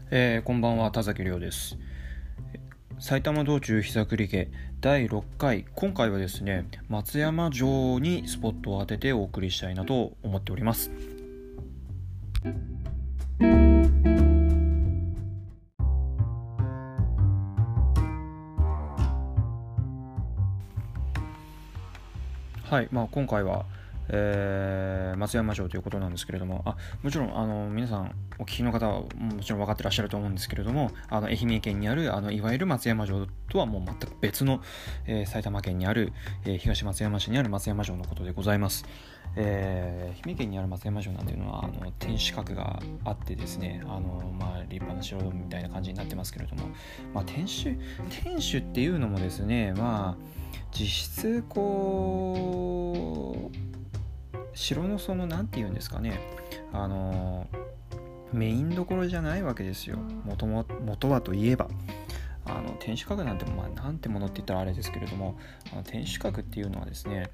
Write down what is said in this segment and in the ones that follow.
こんばんは、田崎亮です。埼玉道中膝栗毛第6回、今回はですね、松山城にスポットを当ててお送りしたいなと思っております。はい、今回は松山城ということなんですけれども、もちろん皆さんお聞きの方はもちろん分かってらっしゃると思うんですけれども、愛媛県にあるいわゆる松山城とはもう全く別の、埼玉県にある、東松山市にある松山城のことでございます。愛媛県にある松山城なんていうのは天守閣があってですね、立派な城みたいな感じになってますけれども、天守っていうのもですね、実質城のなんていうんですかね、メインどころじゃないわけですよ。元はといえば天守閣なんてなんてものって言ったらあれですけれども、天守閣っていうのはですね、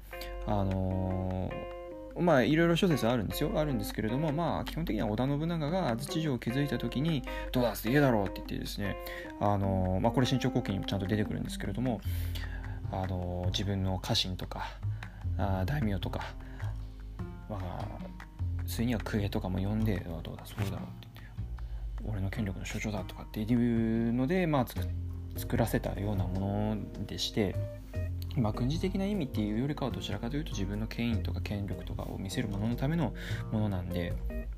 いろいろ諸説あるんですけれども、基本的には織田信長が安土城を築いた時にどうだって家だろうって言ってですね、これ新潮国記にもちゃんと出てくるんですけれども、自分の家臣とか大名とか、ついには公家とかも呼んでどうだそうだろうって言って俺の権力の象徴だとかっていうので、作らせたようなものでして、軍事的な意味っていうよりかはどちらかというと自分の権威とか権力とかを見せるもののためのものなんで、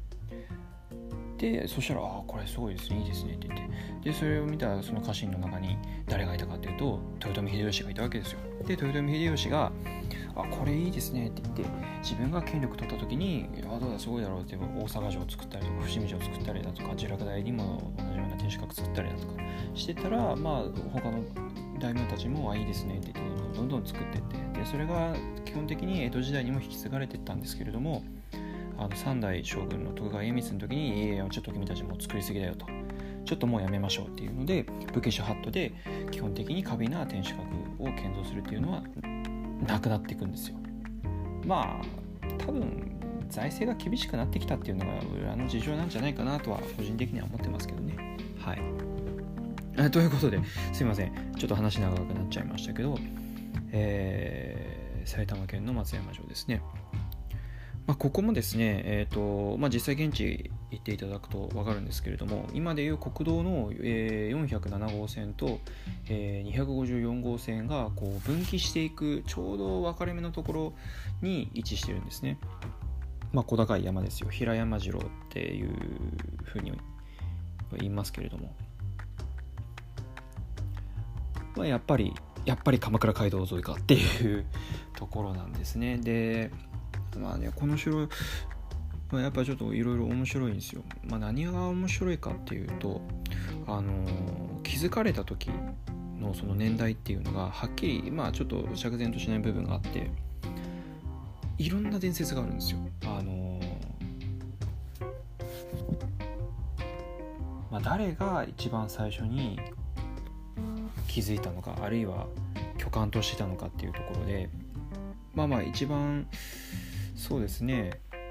そしたらこれすごいですね、いいですねって言って、それを見たその家臣の中に誰がいたかっていうと豊臣秀吉がいたわけですよ。で豊臣秀吉がこれいいですねって言って自分が権力取った時にどうだすごいだろうって大阪城を作ったりとか伏見城を作ったりだとか聚楽大にも同じような天守閣作ったりだとかしてたら、他の大名たちもいいですねって言ってどんどん作っていって、それが基本的に江戸時代にも引き継がれていったんですけれども、三代将軍の徳川家光の時にいやちょっと君たちも作りすぎだよと、ちょっともうやめましょうっていうので武家諸法度で基本的に過敏な天守閣を建造するっていうのはなくなっていくんですよ。多分財政が厳しくなってきたっていうのが裏の事情なんじゃないかなとは個人的には思ってますけどね。はいということですいません、ちょっと話長くなっちゃいましたけど、埼玉県の松山城ですね。ここもですね、実際現地行っていただくと分かるんですけれども、今でいう国道の、407号線と、254号線が分岐していくちょうど分かれ目のところに位置しているんですね。小高い山ですよ。平山城っていうふうに言いますけれども、やっぱり鎌倉街道沿いかっていうところなんですね。でこの城やっぱりちょっといろいろ面白いんですよ。何が面白いかっていうと、築かれた時のその年代っていうのがはっきりちょっと釈然としない部分があって、いろんな伝説があるんですよ。誰が一番最初に築いたのか、あるいは巨漢としてたのかっていうところで、一番そうですね、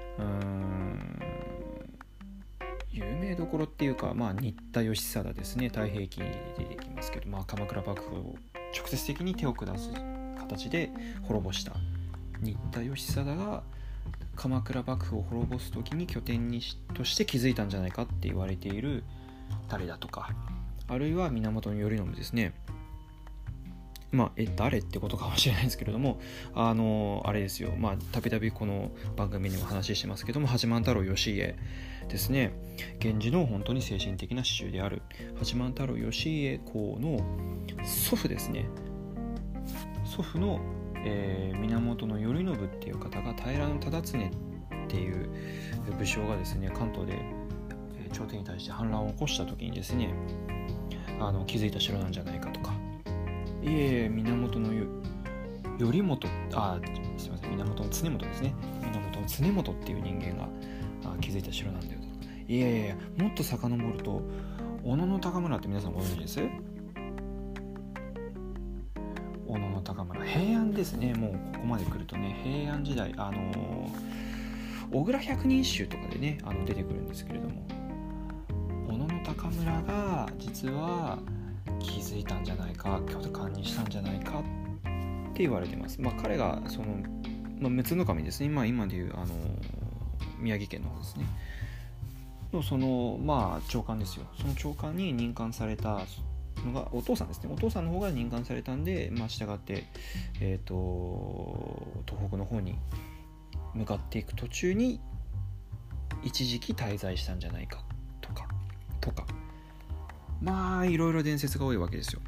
有名どころっていうか、新田義貞ですね。太平記に出てきますけど、鎌倉幕府を直接的に手を下す形で滅ぼした新田義貞が鎌倉幕府を滅ぼす時に拠点として築いたんじゃないかって言われている誰だとか、あるいは源頼信ですね。誰ってことかもしれないですけれども、あれですよ、たびたびこの番組にも話してますけども、八幡太郎義家ですね。源氏の本当に精神的な支柱である八幡太郎義家公の祖父ですね。祖父の、源頼信っていう方が平忠常っていう武将がですね、関東で朝廷に対して反乱を起こした時にですね、築いた城なんじゃないかとか、源の頼元すいません源の経元ですね。源の経元っていう人間が築いた城なんだよとか、もっと遡ると小野高村って皆さんご存知です？小野高村、平安ですね。もうここまで来るとね、平安時代小倉百人一首とかでね出てくるんですけれども、小野高中村が実は気づいたんじゃないか、巨漢にしたんじゃないかって言われてます。彼がその、陸奥守ですね、今でいう宮城県の方ですねのその長官ですよ。その長官に任官されたのがお父さんですね。お父さんの方が任官されたんで、従って、東北の方に向かっていく途中に一時期滞在したんじゃないかとかいろいろ伝説が多いわけですよ。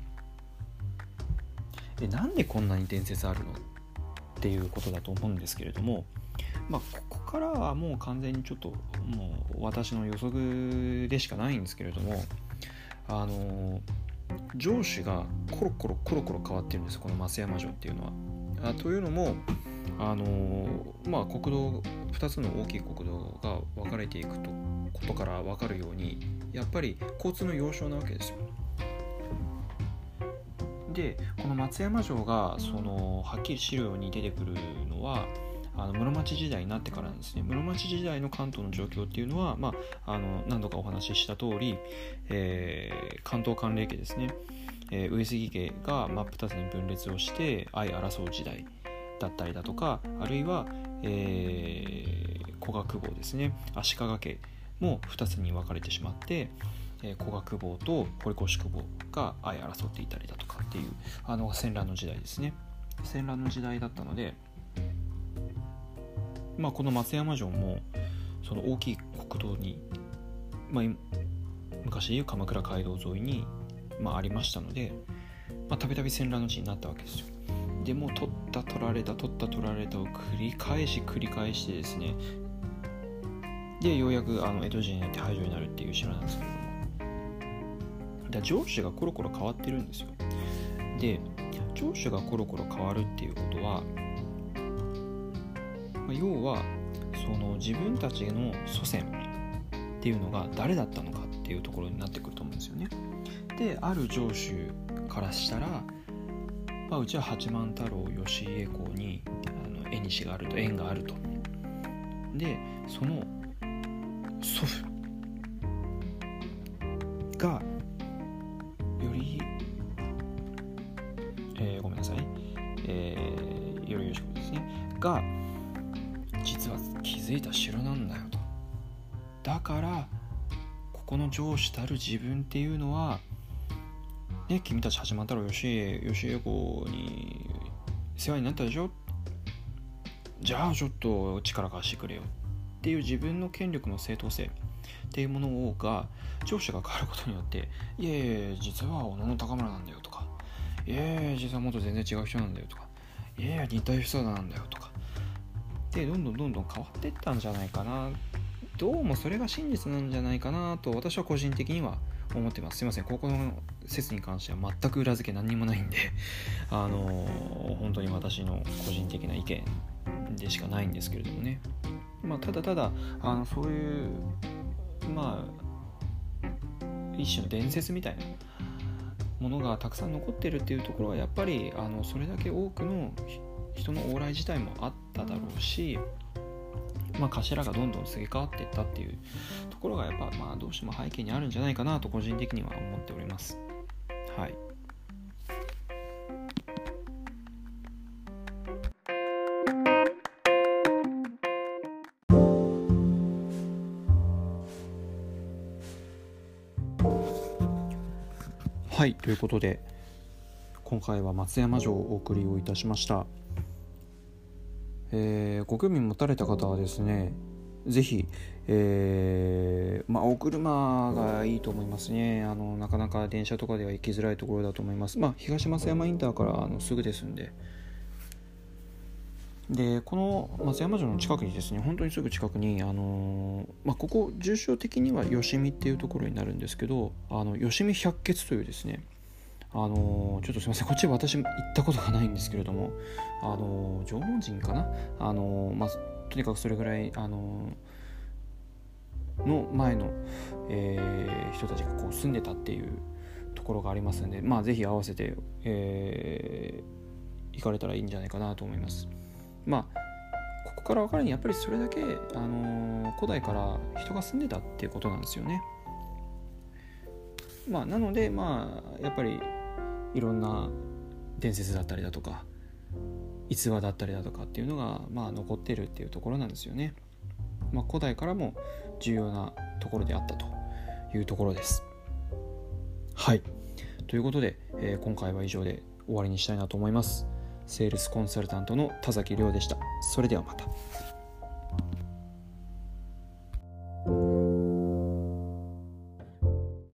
で、なんでこんなに伝説あるのっていうことだと思うんですけれども、ここからはもう完全にちょっともう私の予測でしかないんですけれども、城主がコロコロ変わってるんです、この松山城っていうのは。というのも国道2つの大きい国道が分かれていくことから分かるように、やっぱり交通の要衝なわけですよ。で、この松山城がはっきり資料に出てくるのは室町時代になってからなんですね。室町時代の関東の状況っていうのは、何度かお話しした通り、関東関連家ですね、上杉家が真っ二つに分裂をして相争う時代だったりだとか、あるいは、古賀久保ですね、足利家も2つに分かれてしまって、古賀久保と堀越久保が相争っていたりだとかっていう戦乱の時代ですね。戦乱の時代だったので、この松山城もその大きい国道に、昔でいう鎌倉街道沿いに、ありましたので、たびたび戦乱の地になったわけですよ。でも取った取られたを繰り返してですね、でようやく江戸時代になって廃城になるっていう城なんですけれども、城主がコロコロ変わってるんですよ。で、城主がコロコロ変わるっていうことは、要はその自分たちの祖先っていうのが誰だったのかっていうところになってくると思うんですよね。で、ある城主からしたら、うちは八幡太郎義家公に縁があると。で、その祖父がより、ごめんなさいね、よりよしこですねが実は築いた城なんだよと。だからここの城主たる自分っていうのはね、君たち八幡太郎義家公に世話になったでしょ、じゃあちょっと力貸してくれよっていう自分の権力の正当性っていうものが城主が変わることによって、いやいや実は小野高村なんだよとか、いやいや実はもっと全然違う人なんだよとか、いやいや似た人なんだよとかで、どんどん変わっていったんじゃないかな。どうもそれが真実なんじゃないかなと私は個人的には思ってます。すいません、ここの説に関しては全く裏付け何にもないんで本当に私の個人的な意見でしかないんですけれどもね。ただそういう一種の伝説みたいなものがたくさん残ってるっていうところはやっぱりそれだけ多くの人の往来自体もあっただろうし、頭がどんどんすげ替わっていったっていうところがやっぱどうしても背景にあるんじゃないかなと個人的には思っております。はい。はい、ということで今回は松山城をお送りをいたしました。ご興味持たれた方はですね、ぜひ、お車がいいと思いますね。なかなか電車とかでは行きづらいところだと思います。東松山インターからすぐですんで。で、この松山城の近くにですね、本当にすぐ近くにここ住所的には吉見っていうところになるんですけど、吉見百穴というですね、ちょっとすいません、こっちは私行ったことがないんですけれども、縄文人かな、とにかくそれぐらいの前の、人たちがこう住んでたっていうところがありますので、ぜひ合わせて、行かれたらいいんじゃないかなと思います。ここから分かるにやっぱりそれだけ、古代から人が住んでたっていうことなんですよね。 なのでやっぱりいろんな伝説だったりだとか逸話だったりだとかっていうのが残っているっていうところなんですよね。古代からも重要なところであったというところです。はい、ということで、今回は以上で終わりにしたいなと思います。セールスコンサルタントの田崎亮でした。それではまた。